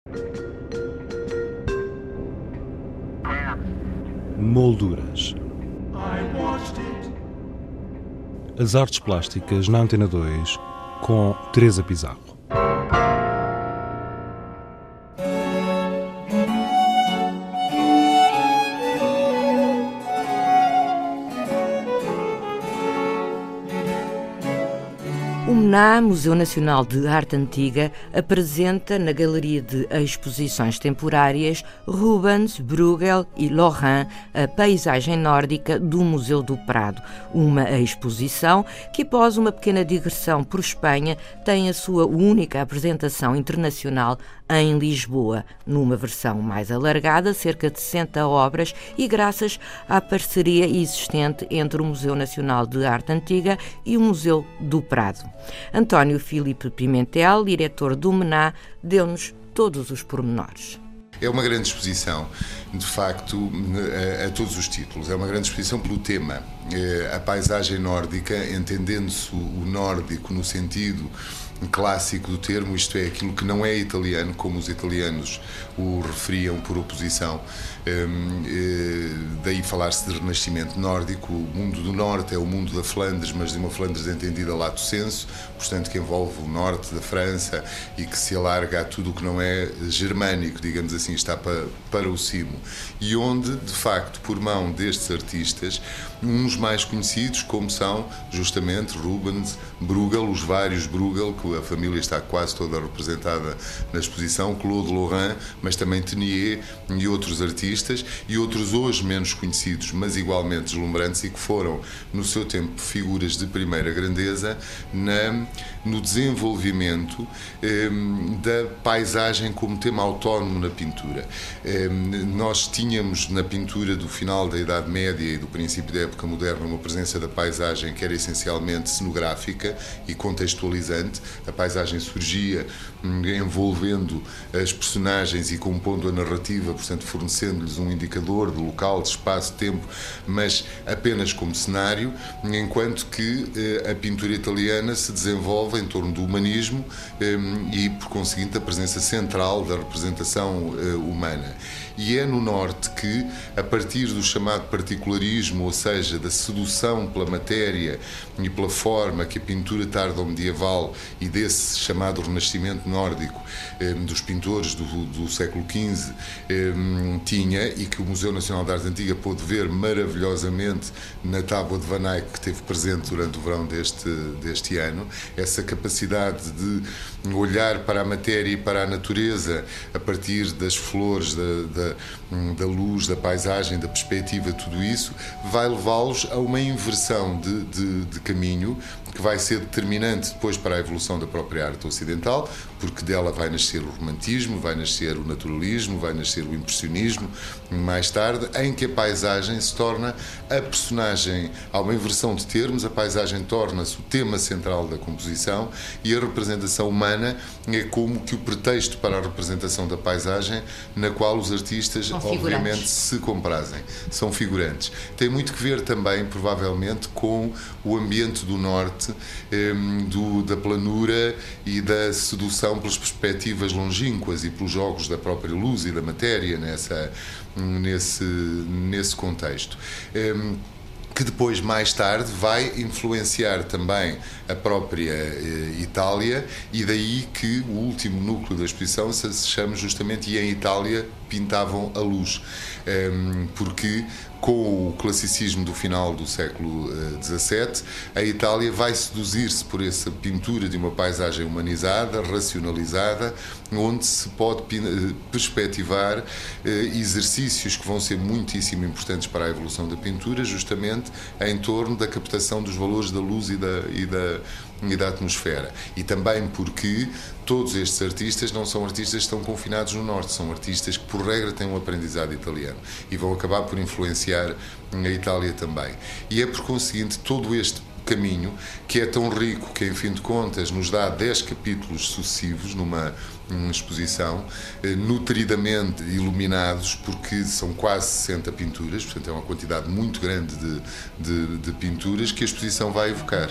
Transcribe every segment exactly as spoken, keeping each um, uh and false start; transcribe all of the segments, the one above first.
Molduras. As artes plásticas na Antena dois com Teresa Pizarro. O MNA, Museu Nacional de Arte Antiga, apresenta na Galeria de Exposições Temporárias Rubens, Bruegel e Lorrain, a paisagem nórdica do Museu do Prado. Uma exposição que, após uma pequena digressão por Espanha, tem a sua única apresentação internacional em Lisboa, numa versão mais alargada, cerca de sessenta obras, e graças à parceria existente entre o Museu Nacional de Arte Antiga e o Museu do Prado. António Filipe Pimentel, diretor do MNA, deu-nos todos os pormenores. É uma grande exposição, de facto, a, a todos os títulos. É uma grande exposição pelo tema. A paisagem nórdica, entendendo-se o nórdico no sentido clássico do termo, isto é, aquilo que não é italiano, como os italianos o referiam por oposição. Daí falar-se de renascimento nórdico. O mundo do norte é o mundo da Flandres, mas de uma Flandres entendida lato sensu, portanto que envolve o norte da França e que se alarga a tudo o que não é germânico, digamos assim, está para, para o cimo. E onde, de facto, por mão destes artistas, uns mais conhecidos, como são justamente Rubens, Bruegel, os vários Bruegel, que a família está quase toda representada na exposição, Claude Lorrain, mas também Teniers e outros artistas, e outros hoje menos conhecidos, mas igualmente deslumbrantes, e que foram, no seu tempo, figuras de primeira grandeza na, no desenvolvimento eh, da paisagem como tema autónomo na pintura. Eh, nós tínhamos na pintura do final da Idade Média e do princípio da época moderna uma presença da paisagem que era essencialmente cenográfica e contextualizante. A paisagem surgia envolvendo as personagens e compondo a narrativa, portanto fornecendo-lhes um indicador de local, de espaço, de tempo, mas apenas como cenário, enquanto que a pintura italiana se desenvolve em torno do humanismo e, por conseguinte, a presença central da representação humana. E é no norte que, a partir do chamado particularismo, ou seja, da sedução pela matéria e pela forma que a pintura tardo-medieval e desse chamado renascimento nórdico eh, dos pintores do, do século quinze eh, tinha, e que o Museu Nacional de Arte Antiga pôde ver maravilhosamente na tábua de Van Eyck que esteve presente durante o verão deste, deste ano, essa capacidade de olhar para a matéria e para a natureza a partir das flores, da, da, da luz, da paisagem, da perspectiva, tudo isso vai levá-los a uma inversão de, de, de caminho que vai ser determinante depois para a evolução da própria arte ocidental, porque dela vai nascer o romantismo, vai nascer o naturalismo, vai nascer o impressionismo, mais tarde, em que a paisagem se torna a personagem, há uma inversão de termos, a paisagem torna-se o tema central da composição e a representação humana é como que o pretexto para a representação da paisagem, na qual os artistas, obviamente, se comprazem. São figurantes. Tem muito que ver também, provavelmente, com o ambiente do norte, Do, da planura e da sedução pelas perspectivas longínquas e pelos jogos da própria luz e da matéria nessa, nesse, nesse contexto. Que depois, mais tarde, vai influenciar também a própria eh, Itália, e daí que o último núcleo da exposição se, se chama justamente "E em Itália pintavam a luz", eh, porque com o classicismo do final do século dezassete, a Itália vai seduzir-se por essa pintura de uma paisagem humanizada, racionalizada, onde se pode perspectivar exercícios que vão ser muitíssimo importantes para a evolução da pintura, justamente em torno da captação dos valores da luz e da, e da, e da atmosfera. E também porque todos estes artistas não são artistas que estão confinados no norte, são artistas que, por regra, têm um aprendizado italiano e vão acabar por influenciar a Itália também. E é, por conseguinte, todo este caminho, que é tão rico, que, em fim de contas, nos dá dez capítulos sucessivos numa, numa exposição, eh, nutridamente iluminados, porque são quase sessenta pinturas, portanto é uma quantidade muito grande de, de, de pinturas que a exposição vai evocar.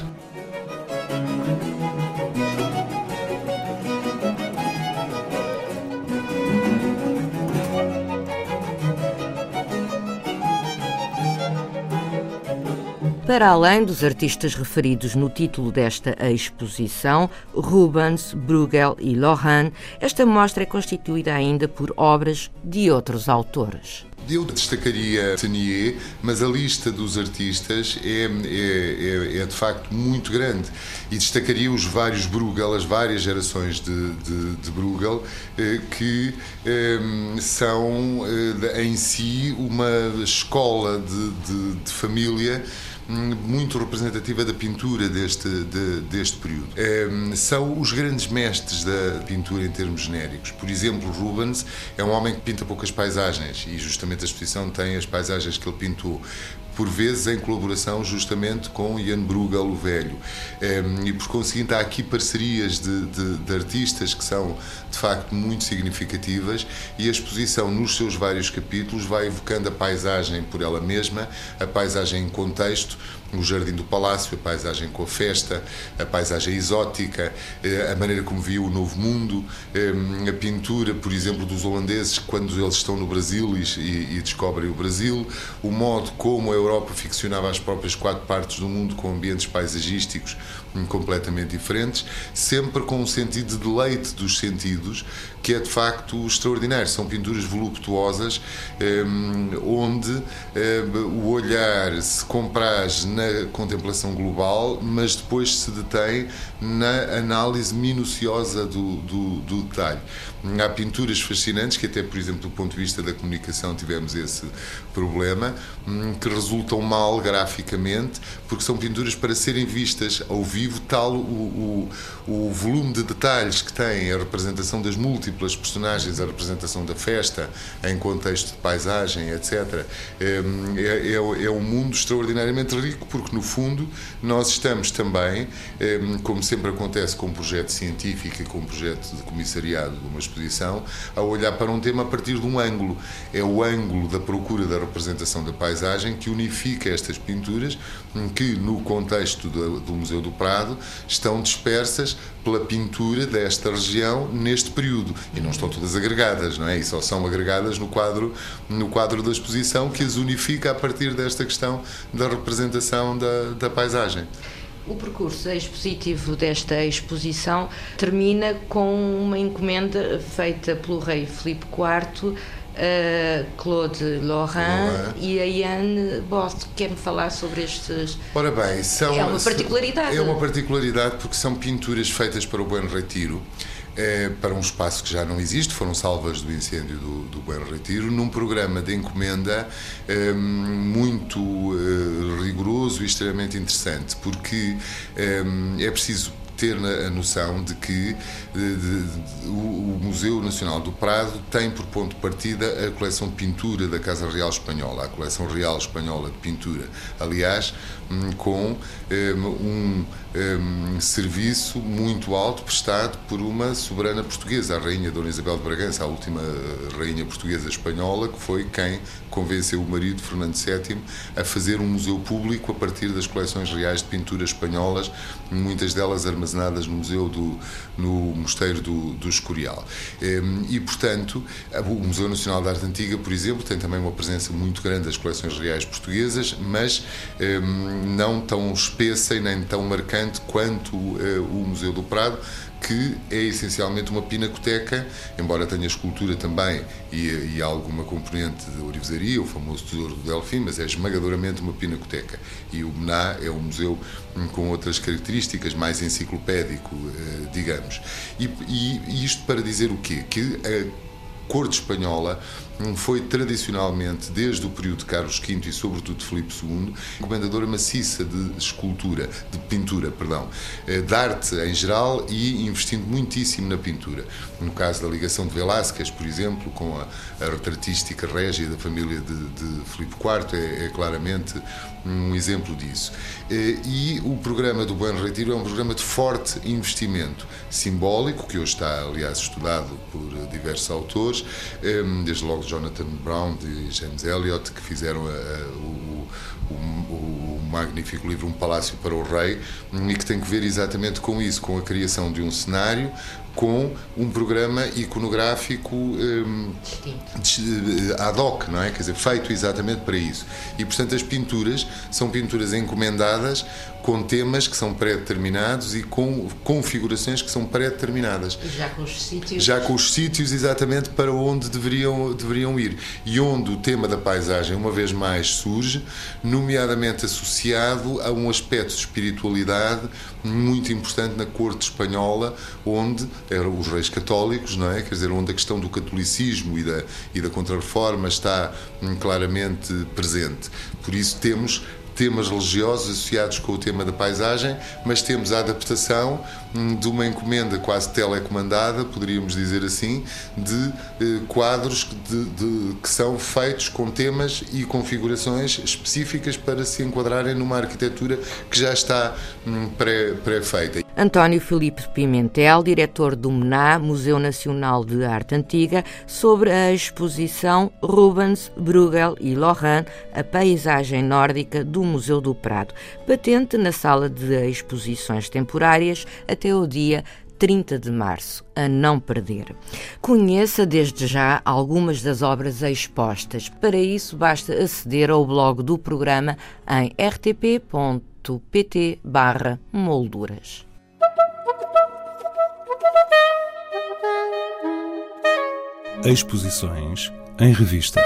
Para além dos artistas referidos no título desta exposição, Rubens, Bruegel e Lorrain, esta mostra é constituída ainda por obras de outros autores. Eu destacaria Tenier, mas a lista dos artistas é, é, é, é de facto muito grande, e destacaria os vários Bruegel, as várias gerações de, de, de Bruegel, que eh, são eh, em si uma escola de, de, de família muito representativa da pintura deste, de, deste período. É, são os grandes mestres da pintura em termos genéricos. Por exemplo, Rubens é um homem que pinta poucas paisagens, e justamente a exposição tem as paisagens que ele pintou, por vezes em colaboração justamente com Jan Bruegel o Velho. E por conseguinte há aqui parcerias de, de, de artistas que são de facto muito significativas, e a exposição nos seus vários capítulos vai evocando a paisagem por ela mesma, a paisagem em contexto, o jardim do palácio, a paisagem com a festa, a paisagem exótica, a maneira como viu o Novo Mundo, a pintura, por exemplo, dos holandeses quando eles estão no Brasil e, e descobrem o Brasil, o modo como a Europa ficcionava as próprias quatro partes do mundo com ambientes paisagísticos completamente diferentes, sempre com um sentido de deleite dos sentidos, que é de facto extraordinário. São pinturas voluptuosas, onde o olhar se compraz na contemplação global, mas depois se detém na análise minuciosa do, do, do detalhe. Há pinturas fascinantes, que até, por exemplo, do ponto de vista da comunicação tivemos esse problema, que resultam mal graficamente, porque são pinturas para serem vistas ao vivo, tal o, o, o volume de detalhes que tem a representação das múltiplas personagens, a representação da festa em contexto de paisagem, etcétera. É, é, é um mundo extraordinariamente rico, porque no fundo nós estamos também, como sempre acontece com um projeto científico e com um projeto de comissariado de uma exposição, a olhar para um tema a partir de um ângulo. É o ângulo da procura da representação da paisagem que unifica estas pinturas, que no contexto do, do Museu do Prado estão dispersas pela pintura desta região neste período, e não estão todas agregadas, não é? E só são agregadas no quadro, no quadro da exposição, que as unifica a partir desta questão da representação da, da paisagem. O percurso expositivo desta exposição termina com uma encomenda feita pelo rei Filipe quarto, a Claude Lorrain e a Jan Both. Quer-me falar sobre estes? Ora bem, são, é uma particularidade. É uma particularidade porque são pinturas feitas para o Buen Retiro, é, para um espaço que já não existe, foram salvas do incêndio do, do Buen Retiro, num programa de encomenda é, muito é, rigoroso e extremamente interessante, porque é, é preciso ter a noção de que de, de, de, o Museu Nacional do Prado tem por ponto de partida a coleção de pintura da Casa Real Espanhola, a coleção real espanhola de pintura, aliás, com um, um serviço muito alto prestado por uma soberana portuguesa, a rainha Dona Isabel de Bragança, a última rainha portuguesa espanhola, que foi quem convenceu o marido, Fernando sétimo, a fazer um museu público a partir das coleções reais de pintura espanholas, muitas delas armazenadas no Museu do, no Mosteiro do, do Escorial. E, portanto, o Museu Nacional da Arte Antiga, por exemplo, tem também uma presença muito grande das coleções reais portuguesas, mas não tão espessa e nem tão marcante quanto o Museu do Prado, que é essencialmente uma pinacoteca, embora tenha escultura também e, e alguma componente de ourivesaria, o famoso Tesouro do Delfim, mas é esmagadoramente uma pinacoteca. E o Mená é um museu com outras características, mais enciclopédico, digamos. E, e, e isto para dizer o quê? Que a corte espanhola foi tradicionalmente, desde o período de Carlos quinto e sobretudo de Filipe segundo, encomendadora maciça de escultura, de pintura, perdão, de arte em geral, e investindo muitíssimo na pintura. No caso da ligação de Velázquez, por exemplo, com a, a retratística régia da família de, de Filipe quarto, é, é claramente um exemplo disso. E o programa do Buen Retiro é um programa de forte investimento simbólico, que hoje está, aliás, estudado por diversos autores, autores, desde logo Jonathan Brown e James Eliot, que fizeram a, a, o, o, o magnífico livro Um Palácio para o Rei, e que tem que ver exatamente com isso, com a criação de um cenário, com um programa iconográfico um, ad hoc, não é? Quer dizer, feito exatamente para isso. E, portanto, as pinturas são pinturas encomendadas com temas que são pré-determinados e com configurações que são pré-determinadas. Já com os sítios. Já com os sítios, exatamente, para onde deveriam, deveriam ir. E onde o tema da paisagem, uma vez mais, surge, nomeadamente associado a um aspecto de espiritualidade muito importante na corte espanhola, onde eram os reis católicos, não é? Quer dizer, onde a questão do catolicismo e da, e da contra-reforma está hum, claramente presente. Por isso temos temas religiosos associados com o tema da paisagem, mas temos a adaptação hum, de uma encomenda quase telecomandada, poderíamos dizer assim, de eh, quadros de, de, que são feitos com temas e configurações específicas para se enquadrarem numa arquitetura que já está hum, pré, pré-feita. António Filipe Pimentel, diretor do M N A, Museu Nacional de Arte Antiga, sobre a exposição Rubens, Bruegel e Lorrain, a paisagem nórdica do Museu do Prado, patente na sala de exposições temporárias até o dia trinta de março, a não perder. Conheça desde já algumas das obras expostas. Para isso, basta aceder ao blog do programa em r t p ponto p t barra molduras. Exposições em revista.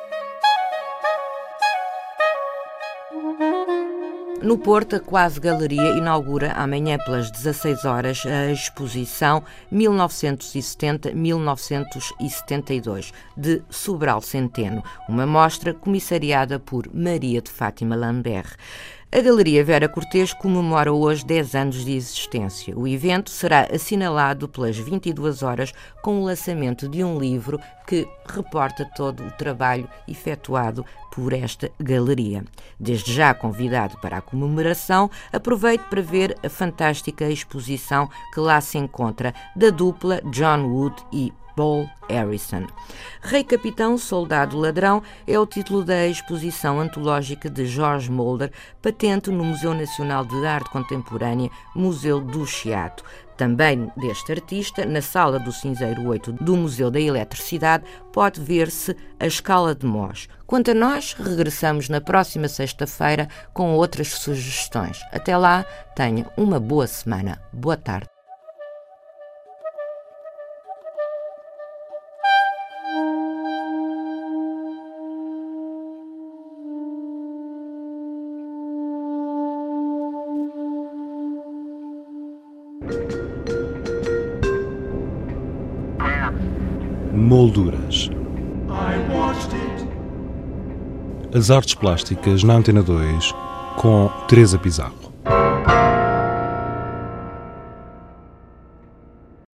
No Porto, a Quase Galeria inaugura amanhã pelas dezasseis horas a exposição mil novecentos e setenta a mil novecentos e setenta e dois, de Sobral Centeno, uma mostra comissariada por Maria de Fátima Lambert. A Galeria Vera Cortês comemora hoje dez anos de existência. O evento será assinalado pelas vinte e duas horas com o lançamento de um livro que reporta todo o trabalho efetuado por esta galeria. Desde já convidado para a comemoração, aproveite para ver a fantástica exposição que lá se encontra da dupla John Wood e Paul Harrison. Rei Capitão, Soldado Ladrão é o título da exposição antológica de Jorge Mulder, patente no Museu Nacional de Arte Contemporânea, Museu do Chiado. Também deste artista, na Sala do Cinzeiro oito do Museu da Eletricidade, pode ver-se a Escala de Mós. Quanto a nós, regressamos na próxima sexta-feira com outras sugestões. Até lá, tenha uma boa semana. Boa tarde. Molduras. As artes plásticas na Antena dois com Teresa Pizarro.